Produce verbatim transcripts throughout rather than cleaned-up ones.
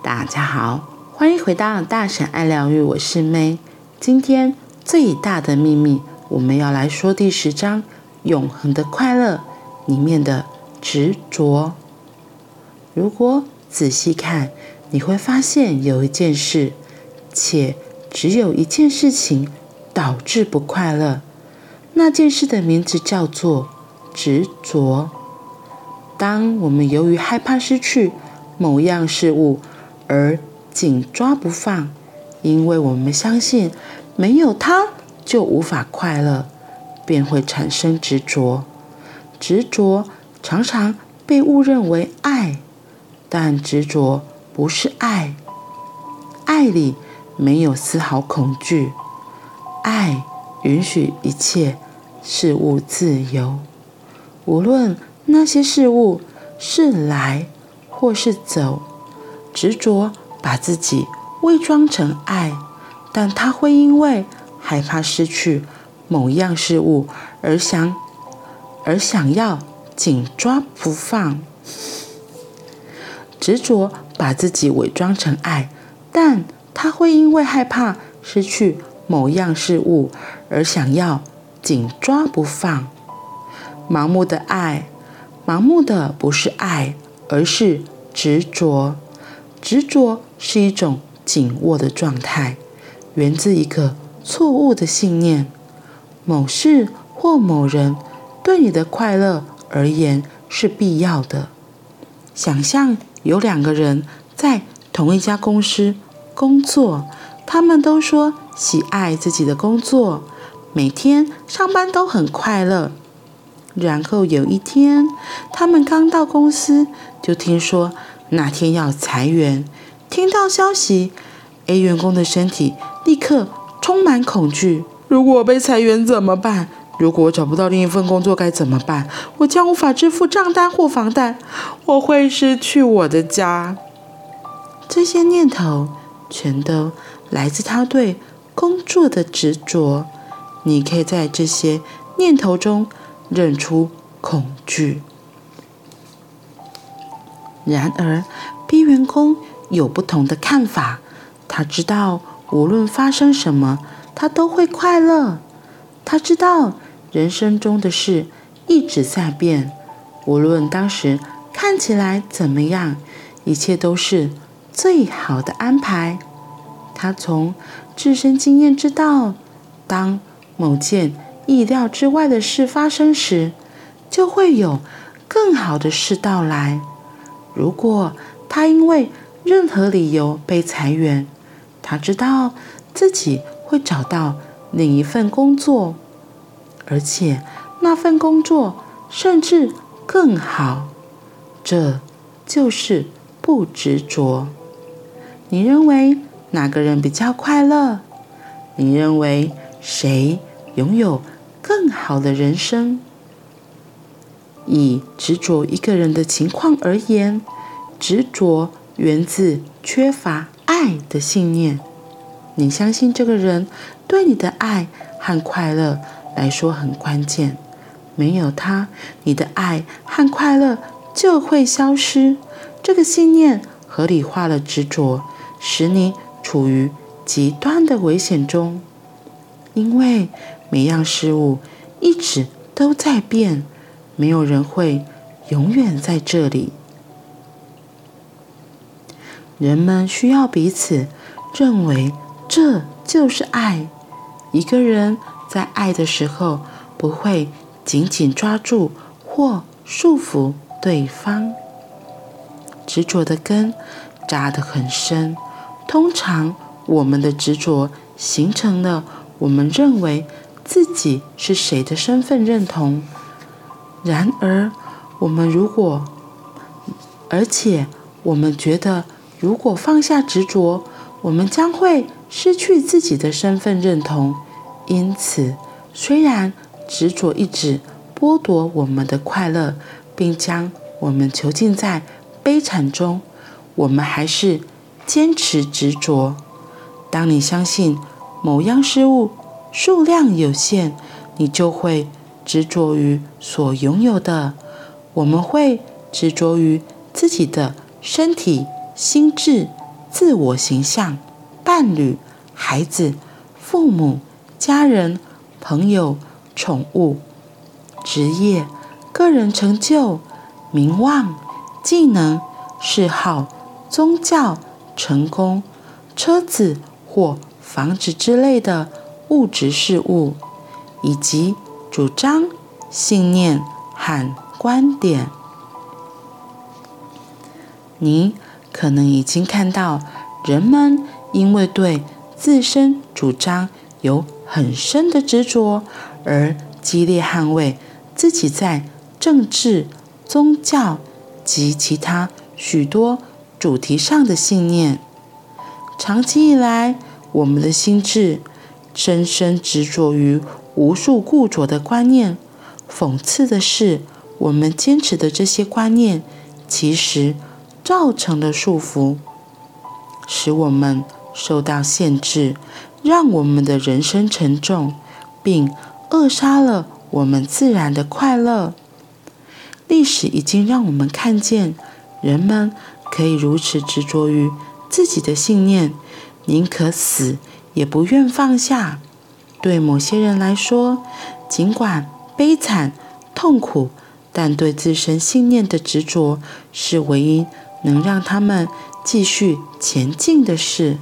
大家好，欢迎回到大婶爱疗愈，我是May。今天最大的秘密，我们要来说第十章永恒的快乐里面的执着。如果仔细看，你会发现有一件事，且只有一件事情导致不快乐，那件事的名字叫做执着。当我们由于害怕失去某样事物而紧抓不放，因为我们相信没有它就无法快乐，便会产生执着。执着常常被误认为爱，但执着不是爱。爱里没有丝毫恐惧，爱允许一切事物自由，无论那些事物是来或是走。执着把自己伪装成爱，但他会因为害怕失去某样事物而想而想要紧抓不放。执着把自己伪装成爱，但他会因为害怕失去某样事物而想要紧抓不放。盲目的爱，盲目的不是爱，而是执着。执着是一种紧握的状态，源自一个错误的信念：某事或某人对你的快乐而言是必要的。想象有两个人在同一家公司工作，他们都说喜爱自己的工作，每天上班都很快乐。然后有一天，他们刚到公司，就听说那天要裁员。听到消息， A 员工的身体立刻充满恐惧。如果我被裁员怎么办？如果我找不到另一份工作该怎么办？我将无法支付账单或房贷，我会失去我的家。这些念头全都来自他对工作的执着。你可以在这些念头中认出恐惧。然而 B 员工有不同的看法，他知道无论发生什么，他都会快乐。他知道人生中的事一直在变，无论当时看起来怎么样，一切都是最好的安排。他从自身经验知道，当某件意料之外的事发生时，就会有更好的事到来。如果他因为任何理由被裁员，他知道自己会找到另一份工作，而且那份工作甚至更好。这就是不执着。你认为哪个人比较快乐？你认为谁拥有更好的人生？以执着一个人的情况而言，执着源自缺乏爱的信念。你相信这个人对你的爱和快乐来说很关键，没有他，你的爱和快乐就会消失。这个信念合理化了执着，使你处于极端的危险中，因为每样事物一直都在变，没有人会永远在这里。人们需要彼此认为这就是爱。一个人在爱的时候，不会紧紧抓住或束缚对方。执着的根扎得很深，通常我们的执着形成了我们认为自己是谁的身份认同。然而，我们如果，而且我们觉得，如果放下执着，我们将会失去自己的身份认同。因此，虽然执着一直剥夺我们的快乐，并将我们囚禁在悲惨中，我们还是坚持执着。当你相信某样事物数量有限，你就会执着于所拥有的。我们会执着于自己的身体、心智、 自我形象、伴侣、孩子、父母、家人、朋友、宠物、职业、个人成就、名望、技能、嗜好、宗教、成功、车子或房子之类的物质事物，以及主张、信念和观点。你可能已经看到，人们因为对自身主张有很深的执着，而激烈捍卫自己在政治、宗教及其他许多主题上的信念。长期以来，我们的心智深深执着于无数固着的观念。讽刺的是，我们坚持的这些观念，其实造成了束缚，使我们受到限制，让我们的人生沉重，并扼杀了我们自然的快乐。历史已经让我们看见，人们可以如此执着于自己的信念，宁可死也不愿放下。对某些人来说，尽管悲惨、痛苦，但对自身信念的执着是唯一能让他们继续前进的事。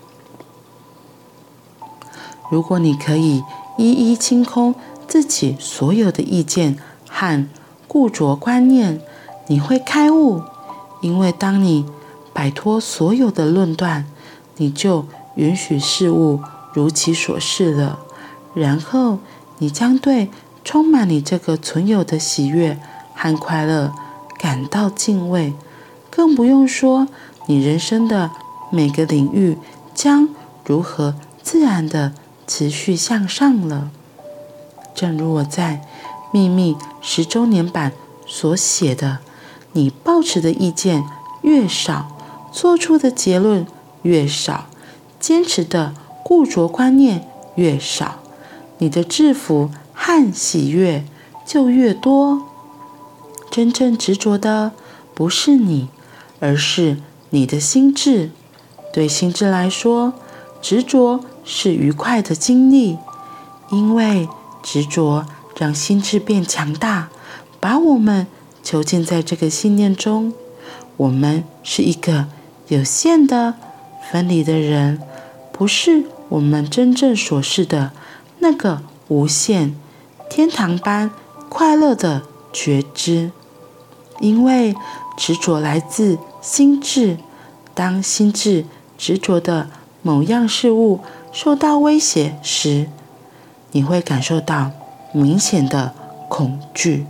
如果你可以一一清空自己所有的意见和固着观念，你会开悟，因为当你摆脱所有的论断，你就允许事物如其所是了。然后你将对充满你这个存有的喜悦和快乐感到敬畏，更不用说你人生的每个领域将如何自然地持续向上了。正如我在秘密十周年版所写的，你抱持的意见越少，做出的结论越少，坚持的固着观念越少，你的制服和喜悦就越多。真正执着的不是你，而是你的心智。对心智来说，执着是愉快的经历，因为执着让心智变强大，把我们囚禁在这个信念中。我们是一个有限的、分离的人，不是我们真正所示的那个无限、天堂般快乐的觉知。因为执着来自心智，当心智执着的某样事物受到威胁时，你会感受到明显的恐惧。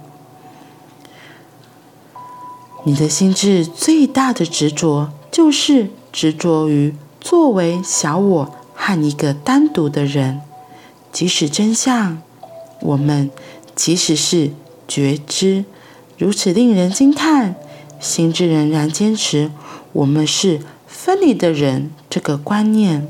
你的心智最大的执着，就是执着于作为小我和一个单独的人。即使真相，我们即使是觉知如此令人惊叹，心智仍然坚持我们是分离的人这个观念。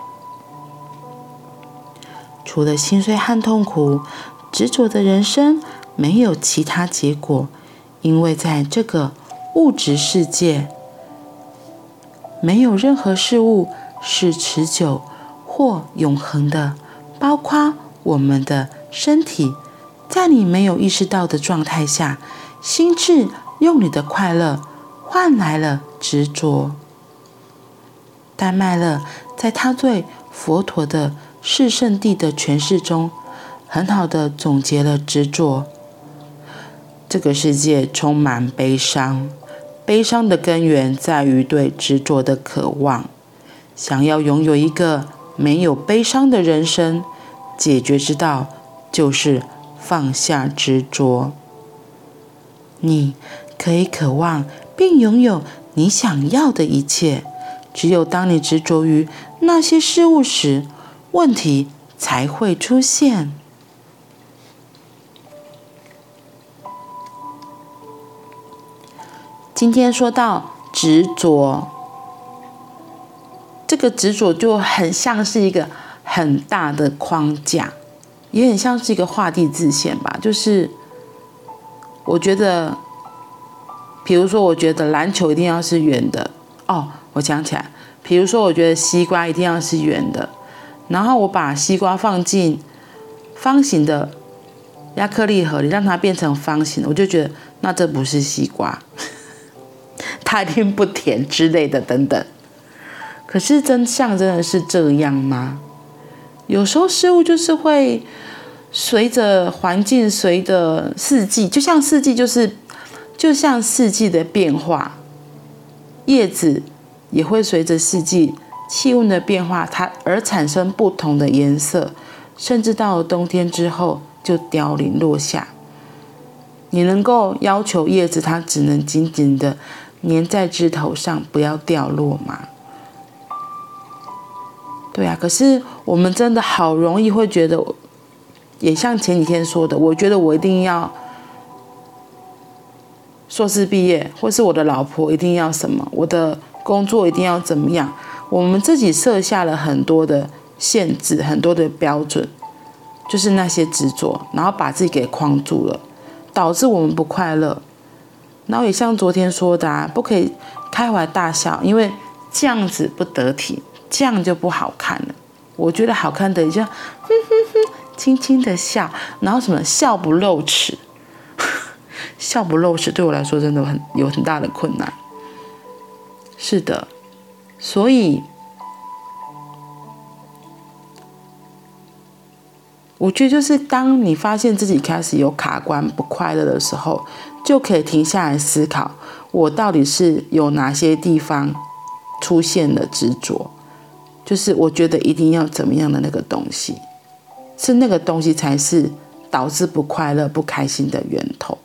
除了心碎和痛苦，执着的人生没有其他结果，因为在这个物质世界，没有任何事物是持久或永恒的，包括我们的身体。在你没有意识到的状态下，心智用你的快乐换来了执着。丹麦勒在他对佛陀的四圣谛的诠释中，很好地总结了执着。这个世界充满悲伤，悲伤的根源在于对执着的渴望。想要拥有一个没有悲伤的人生，解决之道就是放下执着。你可以渴望并拥有你想要的一切，只有当你执着于那些事物时，问题才会出现。今天说到执着，这个执着就很像是一个很大的框架，也很像是一个画地自限吧。就是我觉得，比如说我觉得篮球一定要是圆的，哦，我想起来， 比如说，我觉得西瓜一定要是圆的，然后我把西瓜放进方形的亚克力盒里，让它变成方形，我就觉得那这不是西瓜，它一定不甜之类的等等。可是真相真的是这样吗？有时候事物就是会随着环境，随着四季，就像四季就是就像四季的变化，叶子也会随着四季气温的变化，它而产生不同的颜色，甚至到了冬天之后就凋零落下。你能够要求叶子它只能紧紧的粘在枝头上，不要掉落吗？对啊，可是我们真的好容易会觉得，也像前几天说的，我觉得我一定要硕士毕业，或是我的老婆一定要什么，我的工作一定要怎么样，我们自己设下了很多的限制，很多的标准，就是那些执着，然后把自己给框住了，导致我们不快乐。然后也像昨天说的啊，不可以开怀大笑，因为这样子不得体，这样就不好看了。我觉得好看的就哼哼哼，轻轻的笑，然后什么笑不露齿，笑不露齿对我来说真的很有很大的困难。是的，所以我觉得就是当你发现自己开始有卡关不快乐的时候，就可以停下来思考，我到底是有哪些地方出现了执着，就是我觉得一定要怎么样的那个东西，是那个东西才是导致不快乐不开心的源头。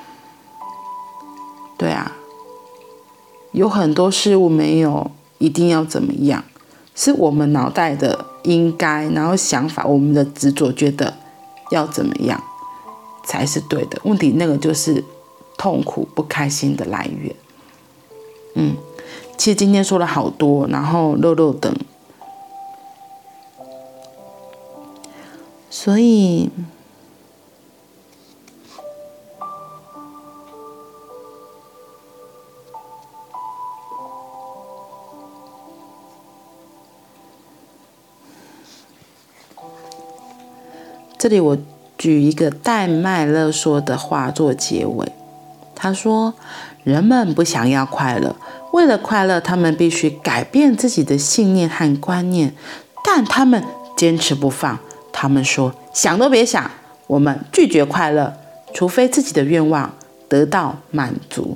对啊，有很多事物没有一定要怎么样，是我们脑袋的应该，然后想法，我们的执着觉得要怎么样才是对的。问题那个就是痛苦不开心的来源。嗯，其实今天说了好多，然后漏漏等，所以这里我举一个戴麦勒说的话做结尾。他说，人们不想要快乐，为了快乐他们必须改变自己的信念和观念，但他们坚持不放。他们说，想都别想，我们拒绝快乐，除非自己的愿望得到满足。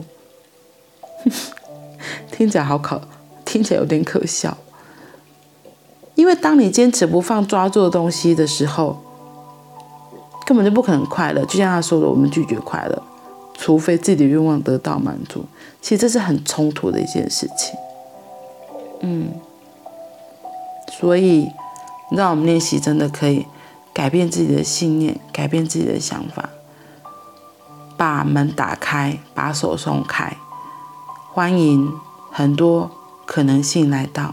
听起来好可，听起来有点可笑。因为当你坚持不放抓住的东西的时候，根本就不可能快乐。就像他说的，我们拒绝快乐，除非自己的愿望得到满足。其实这是很冲突的一件事情。嗯，所以让我们练习真的可以改变自己的信念，改变自己的想法，把门打开，把手松开，欢迎很多可能性来到。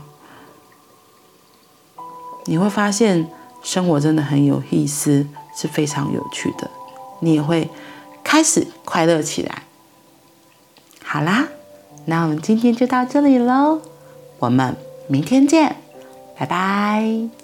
你会发现生活真的很有意思，是非常有趣的，你也会开始快乐起来。好啦，那我们今天就到这里咯，我们明天见，拜拜。